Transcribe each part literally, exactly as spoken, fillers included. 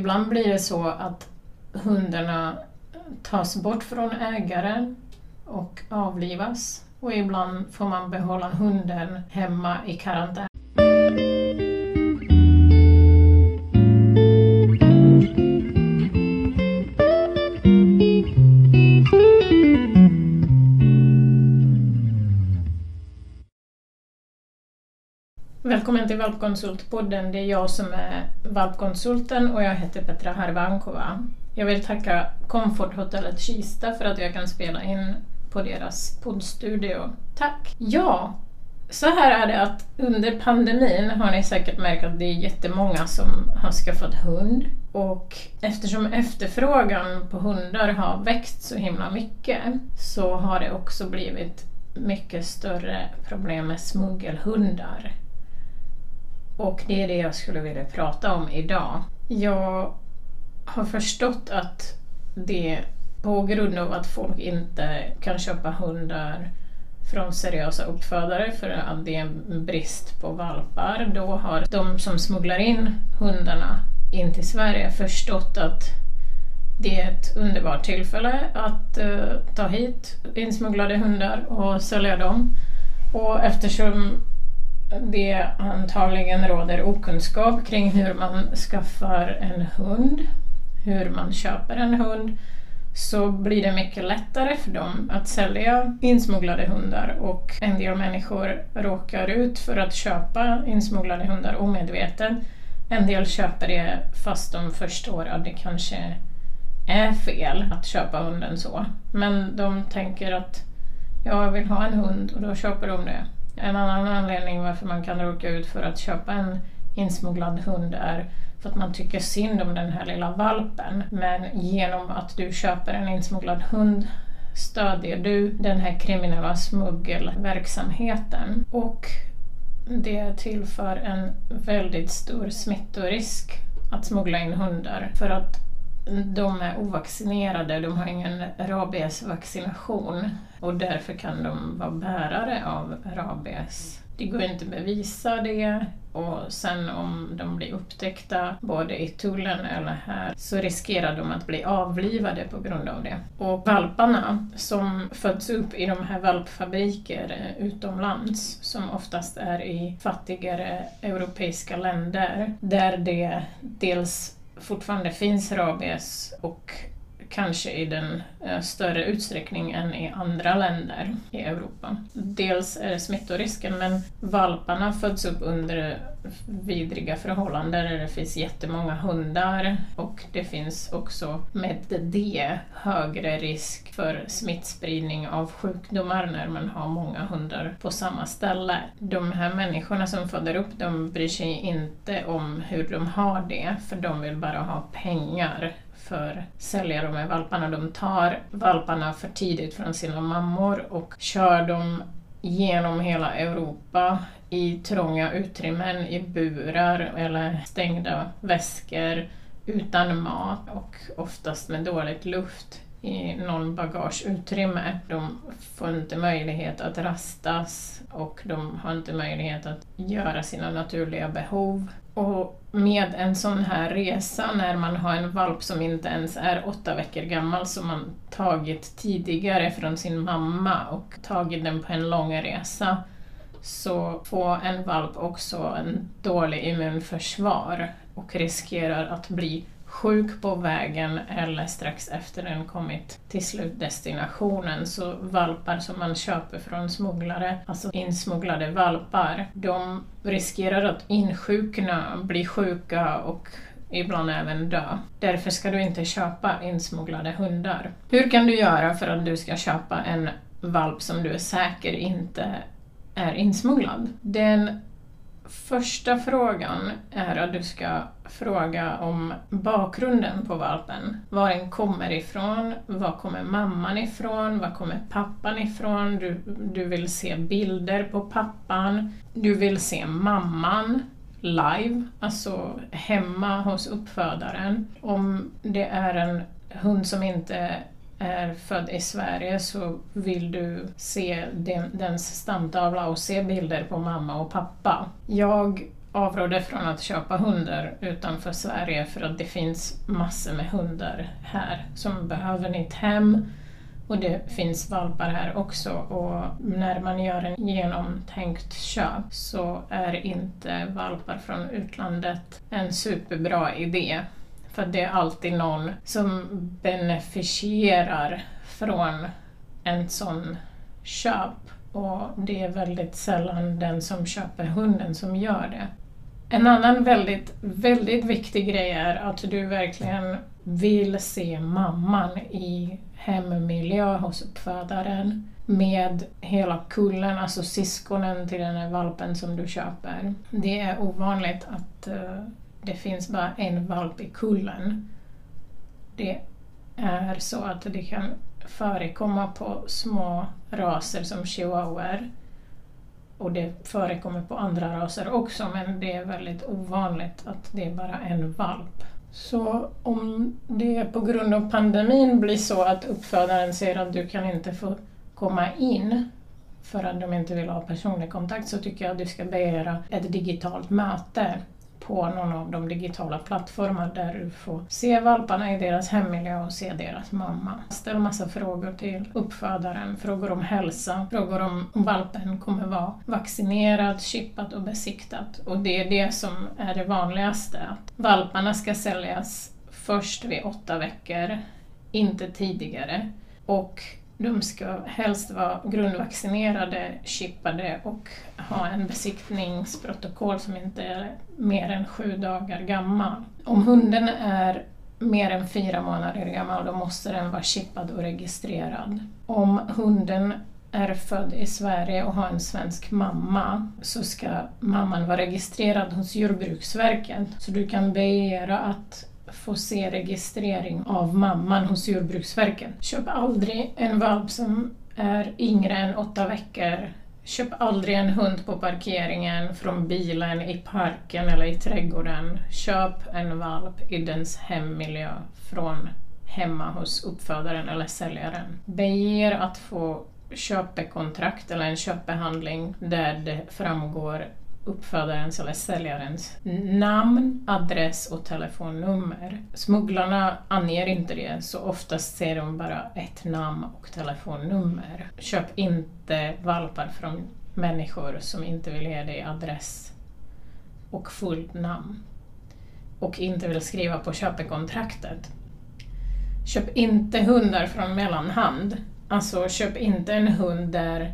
Ibland blir det så att hundarna tas bort från ägaren och avlivas. Och ibland får man behålla hunden hemma i karantän. Välkommen till Valpkonsultpodden. Det är jag som är valpkonsulten och jag heter Petra Harvankova. Jag vill tacka Komforthotellet Kista för att jag kan spela in på deras poddstudio. Tack! Ja, så här är det att under pandemin har ni säkert märkt att det är jättemånga som har skaffat hund. Och eftersom efterfrågan på hundar har växt så himla mycket så har det också blivit mycket större problem med smuggelhundar. Och det är det jag skulle vilja prata om idag. Jag har förstått att det på grund av att folk inte kan köpa hundar från seriösa uppfödare för att det är en brist på valpar. Då har de som smugglar in hundarna in till Sverige förstått att det är ett underbart tillfälle att uh, ta hit insmugglade hundar och sälja dem. Och eftersom det antagligen råder okunskap kring hur man skaffar en hund, hur man köper en hund, så blir det mycket lättare för dem att sälja insmugglade hundar. Och en del människor råkar ut för att köpa insmugglade hundar omedvetet. En del köper det fast de förstår att det kanske är fel att köpa hunden så. Men de tänker att jag vill ha en hund och då köper de det. En annan anledning varför man kan råka ut för att köpa en insmugglad hund är för att man tycker synd om den här lilla valpen. Men genom att du köper en insmugglad hund stödjer du den här kriminella smuggelverksamheten. Och det tillför en väldigt stor smittorisk att smuggla in hundar. För att de är ovaccinerade, de har ingen rabiesvaccination och därför kan de vara bärare av rabies. Det går inte att bevisa det och sen om de blir upptäckta både i tullen eller här så riskerar de att bli avlivade på grund av det. Och valparna som föds upp i de här valpfabriker utomlands som oftast är i fattigare europeiska länder där det dels fortfarande finns rabies och kanske i den uh, större utsträckning än i andra länder i Europa. Dels är det smittorisken, men valparna föds upp under vidriga förhållanden där det finns jättemånga hundar och det finns också med det högre risk för smittspridning av sjukdomar när man har många hundar på samma ställe. De här människorna som föder upp dem bryr sig inte om hur de har det, för de vill bara ha pengar för sälja de här valparna. De tar valparna för tidigt från sina mammor och kör dem genom hela Europa i trånga utrymmen, i burar eller stängda väskor utan mat och oftast med dåligt luft i någon bagageutrymme. De får inte möjlighet att rastas och de har inte möjlighet att göra sina naturliga behov. Och med en sån här resa när man har en valp som inte ens är åtta veckor gammal som man tagit tidigare från sin mamma och tagit den på en lång resa, så får en valp också en dålig immunförsvar och riskerar att bli sjuk på vägen eller strax efter den kommit till slutdestinationen. Så valpar som man köper från smugglare, alltså insmugglade valpar, de riskerar att insjukna, bli sjuka och ibland även dö. Därför ska du inte köpa insmugglade hundar. Hur kan du göra för att du ska köpa en valp som du är säker inte är insmugglad? Den första frågan är att du ska fråga om bakgrunden på valpen. Var den kommer ifrån, var kommer mamman ifrån, var kommer pappan ifrån. Du, du vill se bilder på pappan. Du vill se mamman live, alltså hemma hos uppfödaren. Om det är en hund som inte är född i Sverige så vill du se den, dens stamtavla och se bilder på mamma och pappa. Jag avråder från att köpa hundar utanför Sverige för att det finns massor med hundar här som behöver nytt hem. Och det finns valpar här också, och när man gör en genomtänkt köp så är inte valpar från utlandet en superbra idé. För det är alltid någon som beneficierar från en sån köp, och det är väldigt sällan den som köper hunden som gör det. En annan väldigt, väldigt viktig grej är att du verkligen vill se mamman i hemmiljö hos uppfödaren med hela kullen, alltså syskonen till den här valpen som du köper. Det är ovanligt att uh, det finns bara en valp i kullen. Det är så att det kan förekomma på små raser som chihuahuor. Och det förekommer på andra raser också, men det är väldigt ovanligt att det är bara en valp. Så om det på grund av pandemin blir så att uppfödaren säger att du kan inte få komma in för att de inte vill ha personlig kontakt, så tycker jag att du ska begära ett digitalt möte på någon av de digitala plattformar där du får se valparna i deras hemmiljö och se deras mamma. Ställ massa frågor till uppfödaren, frågor om hälsa, frågor om valpen kommer vara vaccinerad, chippad och besiktat. Och det är det som är det vanligaste. Valparna ska säljas först vid åtta veckor, inte tidigare. Och de ska helst vara grundvaccinerade, chippade och ha en besiktningsprotokoll som inte är mer än sju dagar gammal. Om hunden är mer än fyra månader gammal, då måste den vara chippad och registrerad. Om hunden är född i Sverige och har en svensk mamma, så ska mamman vara registrerad hos Jordbruksverket. Så du kan begära att få se registrering av mamman hos Jordbruksverket. Köp aldrig en valp som är yngre än åtta veckor. Köp aldrig en hund på parkeringen, från bilen, i parken eller i trädgården. Köp en valp i dens hemmiljö från hemma hos uppfödaren eller säljaren. Begär att få köpekontrakt eller en köpbehandling där det framgår uppfödarens eller säljarens namn, adress och telefonnummer. Smugglarna anger inte det, så oftast ser de bara ett namn och telefonnummer. Köp inte valpar från människor som inte vill ge dig adress och fullt namn och inte vill skriva på köpekontraktet. Köp inte hundar från mellanhand. Alltså köp inte en hund där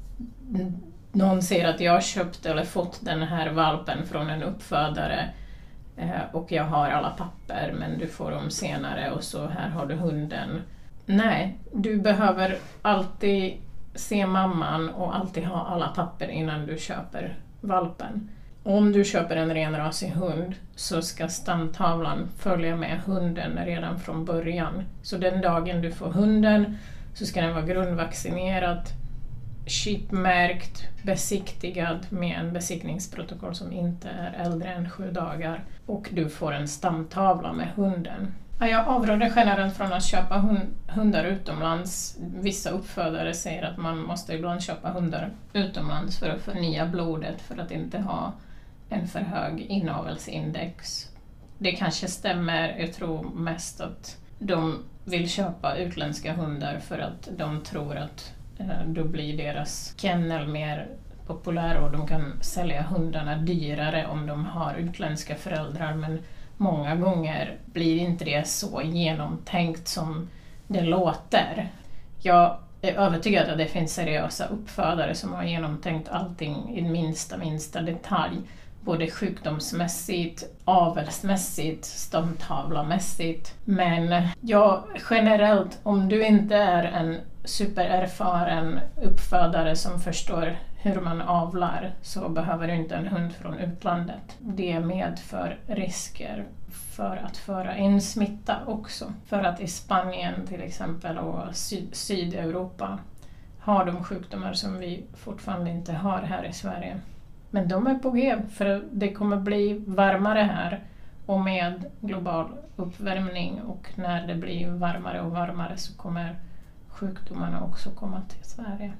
någon säger att jag har köpt eller fått den här valpen från en uppfödare eh, och jag har alla papper, men du får dem senare och så här har du hunden. Nej, du behöver alltid se mamman och alltid ha alla papper innan du köper valpen. Om du köper en renrasig hund så ska stamtavlan följa med hunden redan från början. Så den dagen du får hunden så ska den vara grundvaccinerad, chipmärkt, besiktigad med en besiktningsprotokoll som inte är äldre än sju dagar, och du får en stamtavla med hunden. Jag avråder generellt från att köpa hundar utomlands. Vissa uppfödare säger att man måste ibland köpa hundar utomlands för att förnya blodet för att inte ha en för hög inavelsindex. Det kanske stämmer, jag tror mest att de vill köpa utländska hundar för att de tror att då blir deras kennel mer populär och de kan sälja hundarna dyrare om de har utländska föräldrar, men många gånger blir inte det så genomtänkt som det låter. Jag är övertygad att det finns seriösa uppfödare som har genomtänkt allting i minsta minsta detalj, både sjukdomsmässigt, avelsmässigt, stamtavlamässigt. Men ja, generellt, om du inte är en supererfaren uppfödare som förstår hur man avlar, så behöver du inte en hund från utlandet. Det medför risker för att föra in smitta också. För att i Spanien till exempel och Syd- Sydeuropa har de sjukdomar som vi fortfarande inte har här i Sverige. Men de är på G, för det kommer bli varmare här, och med global uppvärmning och när det blir varmare och varmare så kommer sjukdomarna också komma till Sverige.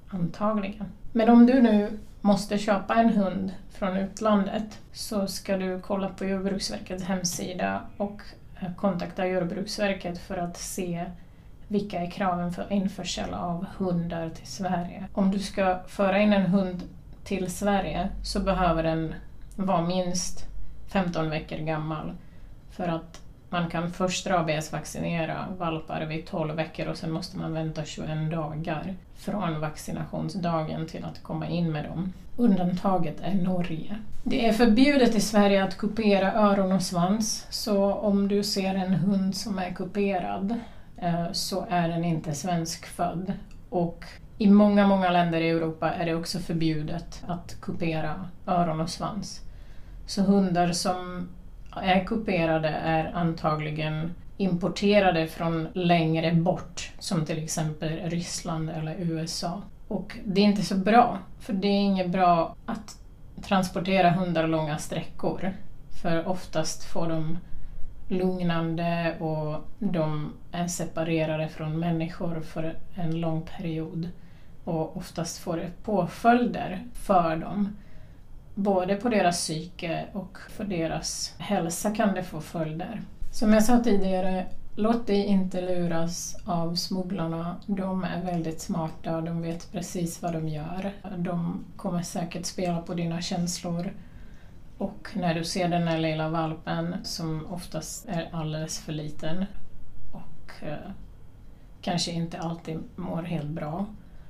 antagligen. Men om du nu måste köpa en hund från utlandet så ska du kolla på Jordbruksverkets hemsida och kontakta Jordbruksverket för att se vilka är kraven för införsel av hundar till Sverige. Om du ska föra in en hund till Sverige så behöver den vara minst femton veckor gammal för att man kan först rabiesvaccinera valpar vid tolv veckor och sen måste man vänta tjugoen dagar från vaccinationsdagen till att komma in med dem. Undantaget är Norge. Det är förbjudet i Sverige att kupera öron och svans, så om du ser en hund som är kuperad så är den inte svenskfödd. Och i många, många länder i Europa är det också förbjudet att kupera öron och svans. Så hundar som är kuperade är antagligen importerade från längre bort, som till exempel Ryssland eller U S A. Och det är inte så bra, för det är inget bra att transportera hundar långa sträckor. För oftast får de lugnande och de är separerade från människor för en lång period. Och oftast får det påföljder för dem. Både på deras psyke och för deras hälsa kan det få följder. Som jag sa tidigare, låt dig inte luras av smugglarna. De är väldigt smarta och de vet precis vad de gör. De kommer säkert spela på dina känslor. Och när du ser den här lilla valpen som oftast är alldeles för liten och eh, kanske inte alltid mår helt bra,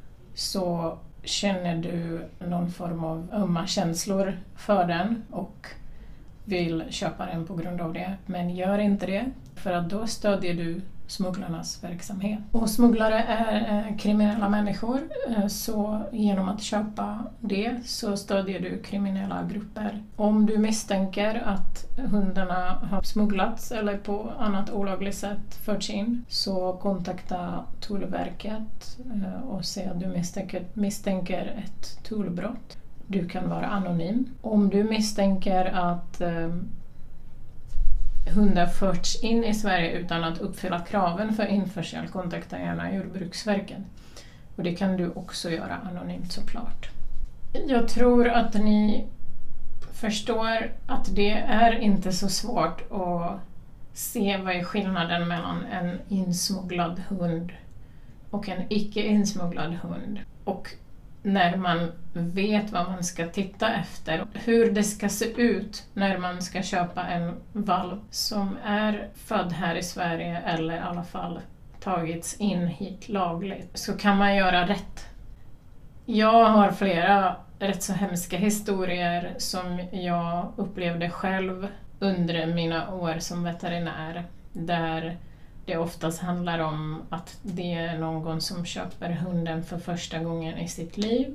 så känner du någon form av ömma känslor för den och vill köpa den på grund av det. Men gör inte det, för att då stödjer du smugglarnas verksamhet. Och smugglare är kriminella människor, så genom att köpa det så stödjer du kriminella grupper. Om du misstänker att hundarna har smugglats eller på annat olagligt sätt förts in, så kontakta Tullverket och se att du misstänker, misstänker ett tullbrott. Du kan vara anonym. Om du misstänker att eh, hundar förts in i Sverige utan att uppfylla kraven för införsel, kontakta gärna Jordbruksverket. Och det kan du också göra anonymt såklart. Jag tror att ni förstår att det är inte så svårt att se vad är skillnaden mellan en insmugglad hund och en icke insmugglad hund. Och när man vet vad man ska titta efter, hur det ska se ut när man ska köpa en valp som är född här i Sverige eller i alla fall tagits in hit lagligt, så kan man göra rätt. Jag har flera rätt så hemska historier som jag upplevde själv under mina år som veterinär, där det oftast handlar om att det är någon som köper hunden för första gången i sitt liv.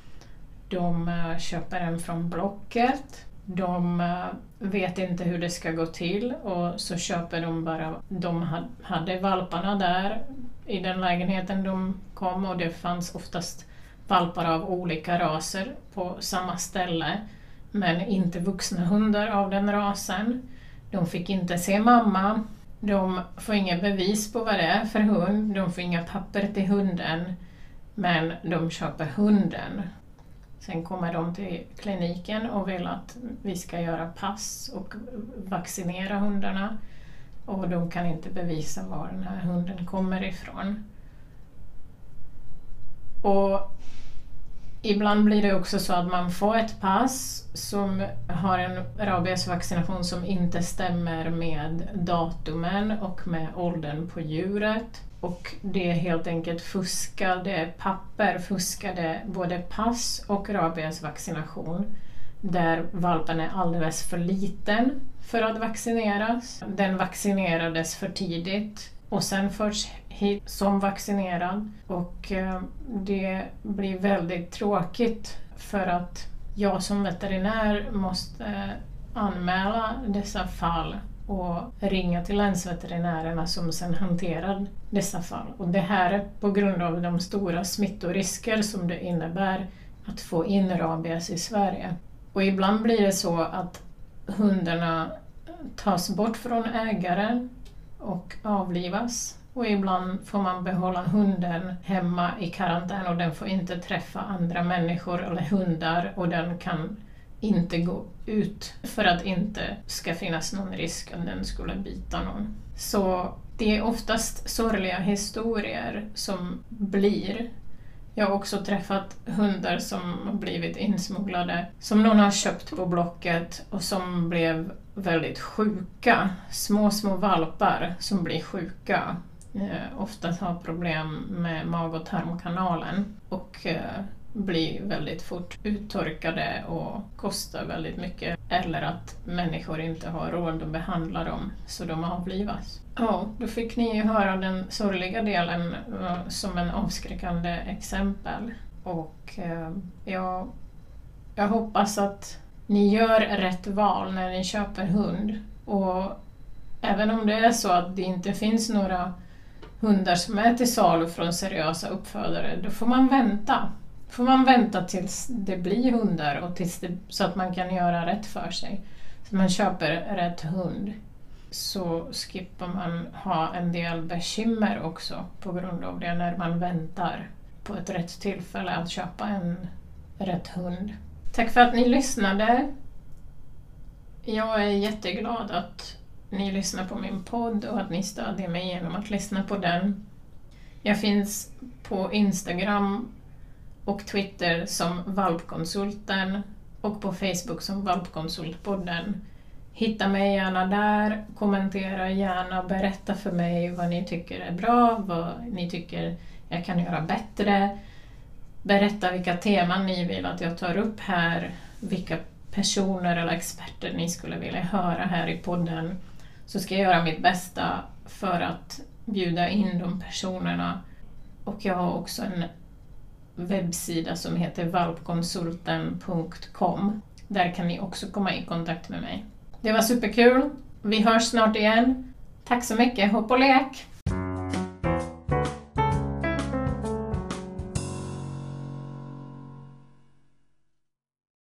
De köper den från Blocket. De vet inte hur det ska gå till och så köper de bara, de hade valparna där i den lägenheten de kom, och det fanns oftast valpar av olika raser på samma ställe, men inte vuxna hundar av den rasen. De fick inte se mamma. De får inga bevis på vad det är för hund, de får inga papper till hunden, men de köper hunden. Sen kommer de till kliniken och vill att vi ska göra pass och vaccinera hundarna, och de kan inte bevisa var den här hunden kommer ifrån. Och ibland blir det också så att man får ett pass som har en rabiesvaccination som inte stämmer med datumen och med åldern på djuret. Och det är helt enkelt fuskade papper, fuskade både pass och rabiesvaccination, där valpen är alldeles för liten för att vaccineras. Den vaccinerades för tidigt och sen först hit som vaccinerad, och det blir väldigt tråkigt för att jag som veterinär måste anmäla dessa fall och ringa till länsveterinärerna som sedan hanterar dessa fall. Och det här är på grund av de stora smittorisker som det innebär att få in rabies i Sverige. Och ibland blir det så att hundarna tas bort från ägaren och avlivas Och ibland får man behålla hunden hemma i karantän och den får inte träffa andra människor eller hundar och den kan inte gå ut för att inte ska finnas någon risk att den skulle bita någon. Så det är oftast sorgliga historier som blir. Jag har också träffat hundar som har blivit insmugglade, som någon har köpt på Blocket och som blev väldigt sjuka. Små, små valpar som blir sjuka. Eh, oftast har problem med mag- och tarmkanalen och eh, blir väldigt fort uttorkade och kostar väldigt mycket. Eller att människor inte har råd att behandla dem så de avlivas. Ja, då fick ni ju höra den sorgliga delen uh, som en avskräckande exempel. Och uh, jag, jag hoppas att ni gör rätt val när ni köper hund. Och även om det är så att det inte finns några hundar som är till salu från seriösa uppfödare, då får man vänta. Får man vänta tills det blir hundar och tills det, så att man kan göra rätt för sig. Så man köper rätt hund. Så skippar man ha en del bekymmer också på grund av det när man väntar på ett rätt tillfälle att köpa en rätt hund. Tack för att ni lyssnade. Jag är jätteglad att ni lyssnar på min podd och att ni stödjer mig genom att lyssna på den. Jag finns på Instagram och Twitter som Valpkonsulten och på Facebook som Valpkonsultpodden. Hitta mig gärna där, kommentera gärna, berätta för mig vad ni tycker är bra, vad ni tycker jag kan göra bättre. Berätta vilka teman ni vill att jag tar upp här, vilka personer eller experter ni skulle vilja höra här i podden. Så ska jag göra mitt bästa för att bjuda in de personerna. Och jag har också en webbsida som heter valpkonsulten punkt com. Där kan ni också komma i kontakt med mig. Det var superkul. Vi hörs snart igen. Tack så mycket. Hopp och lek!